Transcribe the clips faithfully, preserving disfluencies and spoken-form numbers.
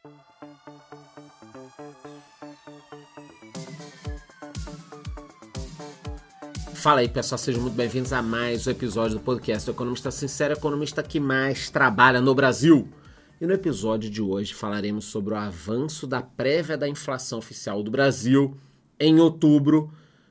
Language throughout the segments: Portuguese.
Fala aí, pessoal, sejam muito bem-vindos a mais um episódio do podcast do Economista Sincero, economista que mais trabalha no Brasil. E no episódio de hoje falaremos sobre o avanço da prévia da inflação oficial do Brasil em outubro,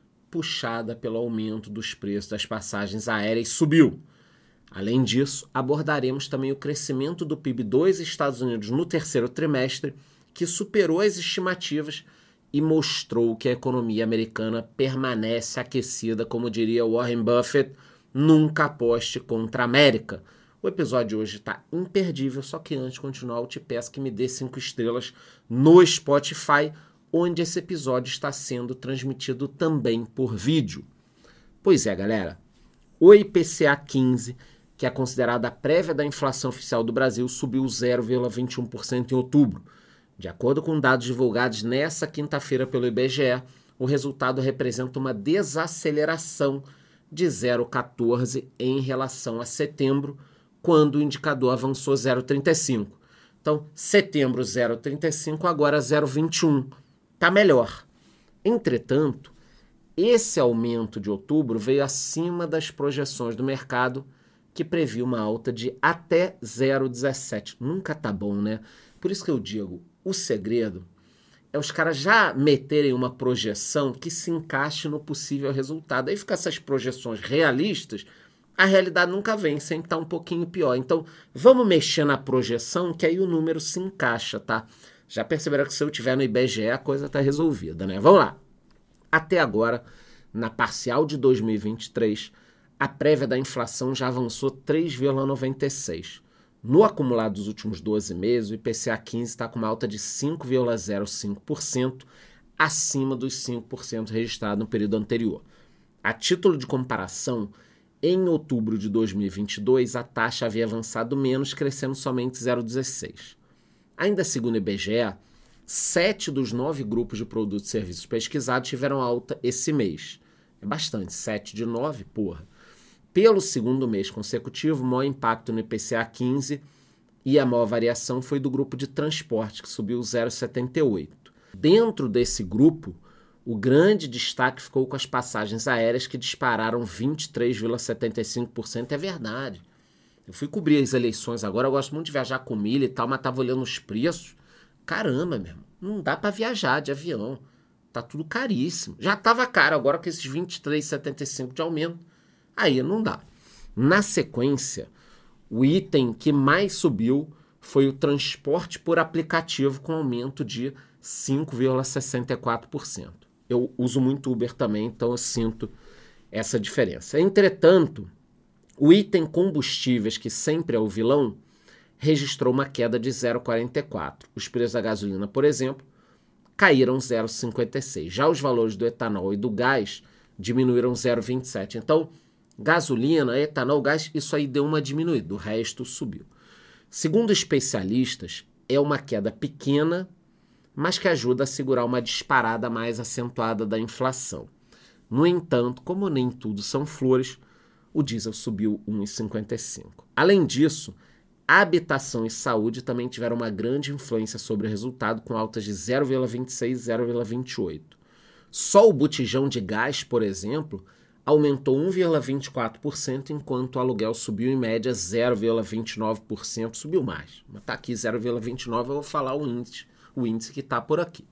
puxada pelo aumento dos preços das passagens aéreas, subiu. Além disso, abordaremos também o crescimento do P I B dos Estados Unidos no terceiro trimestre, que superou as estimativas e mostrou que a economia americana permanece aquecida, como diria Warren Buffett, nunca aposte contra a América. O episódio de hoje está imperdível, só que antes de continuar eu te peço que me dê cinco estrelas no Spotify, onde esse episódio está sendo transmitido também por vídeo. Pois é, galera, o I P C A quinze, que é considerada a prévia da inflação oficial do Brasil, subiu zero vírgula vinte e um por cento em outubro. De acordo com dados divulgados nesta quinta-feira pelo I B G E, o resultado representa uma desaceleração de zero vírgula quatorze em relação a setembro, quando o indicador avançou zero vírgula trinta e cinco. Então, setembro zero vírgula trinta e cinco, agora zero vírgula vinte e um. Está melhor. Entretanto, esse aumento de outubro veio acima das projeções do mercado, que previa uma alta de até zero vírgula dezessete. Nunca tá bom, né? Por isso que eu digo, o segredo é os caras já meterem uma projeção que se encaixe no possível resultado. Aí fica essas projeções realistas, a realidade nunca vem, sempre tá um pouquinho pior. Então, vamos mexer na projeção, que aí o número se encaixa, tá? Já perceberam que se eu tiver no I B G E, a coisa tá resolvida, né? Vamos lá. Até agora, na parcial de dois mil e vinte e três, a prévia da inflação já avançou três vírgula noventa e seis. No acumulado dos últimos doze meses, o I P C A quinze está com uma alta de cinco vírgula zero cinco por cento, acima dos cinco por cento registrado no período anterior. A título de comparação, em outubro de dois mil e vinte e dois, a taxa havia avançado menos, crescendo somente zero vírgula dezesseis. Ainda segundo o I B G E, sete dos nove grupos de produtos e serviços pesquisados tiveram alta esse mês. É bastante, sete de nove, porra. Pelo segundo mês consecutivo, o maior impacto no I P C A quinze e a maior variação foi do grupo de transporte, que subiu zero vírgula setenta e oito. Dentro desse grupo, o grande destaque ficou com as passagens aéreas, que dispararam vinte e três vírgula setenta e cinco por cento. É verdade. Eu fui cobrir as eleições agora, eu gosto muito de viajar com milha e tal, mas tava olhando os preços. Caramba, meu irmão, não dá para viajar de avião. Tá tudo caríssimo. Já tava caro, agora com esses vinte e três vírgula setenta e cinco de aumento. Aí não dá. Na sequência, o item que mais subiu foi o transporte por aplicativo, com aumento de cinco vírgula sessenta e quatro por cento. Eu uso muito Uber também, então eu sinto essa diferença. Entretanto, o item combustíveis, que sempre é o vilão, registrou uma queda de zero vírgula quarenta e quatro. Os preços da gasolina, por exemplo, caíram zero vírgula cinquenta e seis. Já os valores do etanol e do gás diminuíram zero vírgula vinte e sete. Então, gasolina, etanol, gás, isso aí deu uma diminuída, o resto subiu. Segundo especialistas, é uma queda pequena, mas que ajuda a segurar uma disparada mais acentuada da inflação. No entanto, como nem tudo são flores, o diesel subiu um vírgula cinquenta e cinco. Além disso, habitação e saúde também tiveram uma grande influência sobre o resultado, com altas de zero vírgula vinte e seis e zero vírgula vinte e oito. Só o botijão de gás, por exemplo, aumentou um vírgula vinte e quatro por cento, enquanto o aluguel subiu em média zero vírgula vinte e nove por cento, subiu mais. Mas está aqui zero vírgula vinte e nove por cento, eu vou falar o índice, o índice que está por aqui.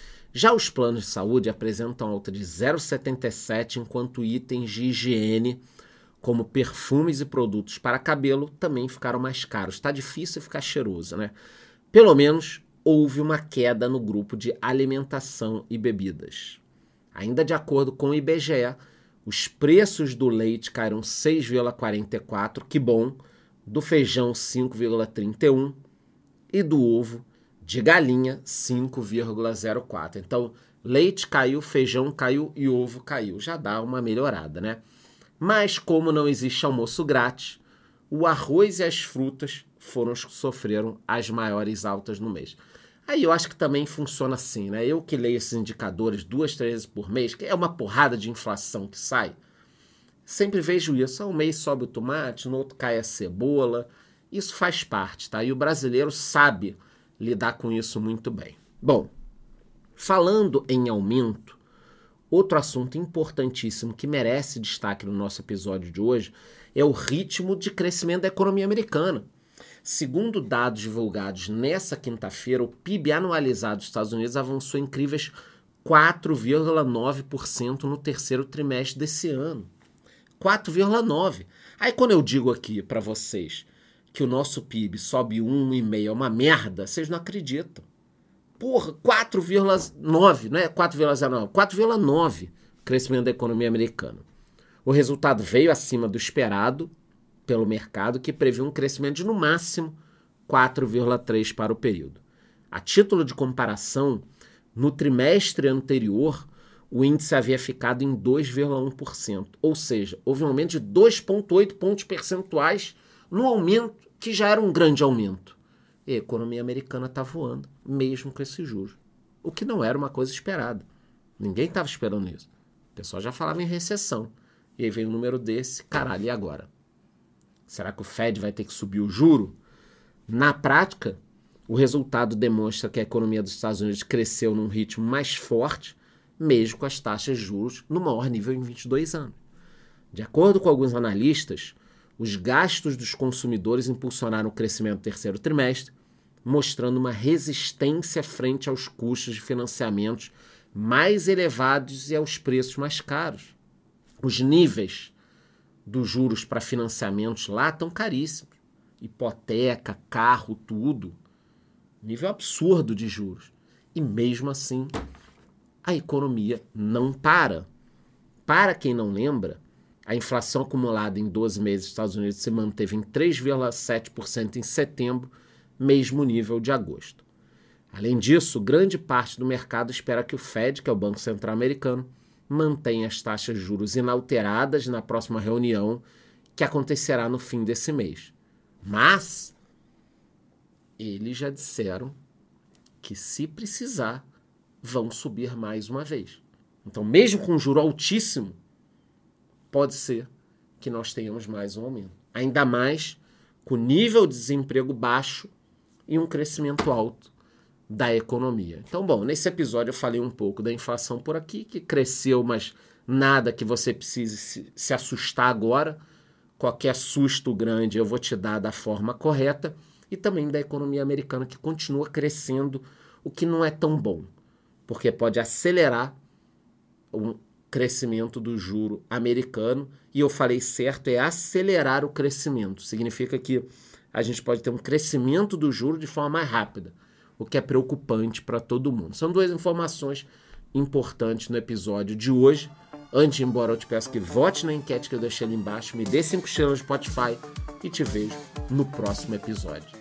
Já os planos de saúde apresentam alta de zero vírgula setenta e sete por cento, enquanto itens de higiene, como perfumes e produtos para cabelo, também ficaram mais caros. Está difícil ficar cheiroso, né? Pelo menos houve uma queda no grupo de alimentação e bebidas. Ainda de acordo com o I B G E, os preços do leite caíram seis vírgula quarenta e quatro, que bom, do feijão cinco vírgula trinta e um e do ovo de galinha cinco vírgula zero quatro. Então, leite caiu, feijão caiu e ovo caiu. Já dá uma melhorada, né? Mas como não existe almoço grátis, o arroz e as frutas foram os que sofreram as maiores altas no mês. Aí eu acho que também funciona assim, né? Eu que leio esses indicadores duas, três vezes por mês, que é uma porrada de inflação que sai, sempre vejo isso. Um mês sobe o tomate, no outro cai a cebola. Isso faz parte, tá? E o brasileiro sabe lidar com isso muito bem. Bom, falando em aumento, outro assunto importantíssimo que merece destaque no nosso episódio de hoje é o ritmo de crescimento da economia americana. Segundo dados divulgados nessa quinta-feira, o P I B anualizado dos Estados Unidos avançou incríveis quatro vírgula nove por cento no terceiro trimestre desse ano. quatro vírgula nove por cento. Aí quando eu digo aqui para vocês que o nosso P I B sobe um vírgula cinco por cento é uma merda, vocês não acreditam. Porra, quatro vírgula nove por cento, não é quatro vírgula zero nove por cento, quatro vírgula nove por cento crescimento da economia americana. O resultado veio acima do esperado pelo mercado, que previu um crescimento de no máximo quatro vírgula três por cento para o período. A título de comparação, no trimestre anterior, o índice havia ficado em dois vírgula um por cento, ou seja, houve um aumento de dois vírgula oito pontos percentuais no aumento que já era um grande aumento. E a economia americana está voando, mesmo com esses juros, o que não era uma coisa esperada. Ninguém estava esperando isso. O pessoal já falava em recessão. E aí vem um número desse, caralho, e agora? Será que o Fed vai ter que subir o juro? Na prática, o resultado demonstra que a economia dos Estados Unidos cresceu num ritmo mais forte, mesmo com as taxas de juros no maior nível em vinte e dois anos. De acordo com alguns analistas, os gastos dos consumidores impulsionaram o crescimento do terceiro trimestre, mostrando uma resistência frente aos custos de financiamentos mais elevados e aos preços mais caros. Os níveis dos juros para financiamentos lá estão caríssimos. Hipoteca, carro, tudo. Nível absurdo de juros. E mesmo assim, a economia não para. Para quem não lembra, a inflação acumulada em doze meses dos Estados Unidos se manteve em três vírgula sete por cento em setembro, mesmo nível de agosto. Além disso, grande parte do mercado espera que o Fed, que é o Banco Central Americano, mantenha as taxas de juros inalteradas na próxima reunião, que acontecerá no fim desse mês. Mas eles já disseram que, se precisar, vão subir mais uma vez. Então, mesmo com juro altíssimo, pode ser que nós tenhamos mais um aumento. Ainda mais com nível de desemprego baixo e um crescimento alto da economia. Então, bom, nesse episódio eu falei um pouco da inflação por aqui, que cresceu, mas nada que você precise se, se assustar agora. Qualquer susto grande eu vou te dar da forma correta. E também da economia americana, que continua crescendo, o que não é tão bom, porque pode acelerar o crescimento do juro americano. E eu falei certo, é acelerar o crescimento. Significa que a gente pode ter um crescimento do juro de forma mais rápida, o que é preocupante para todo mundo. São duas informações importantes no episódio de hoje. Antes de ir embora, eu te peço que vote na enquete que eu deixei ali embaixo, me dê cinco estrelas no Spotify e te vejo no próximo episódio.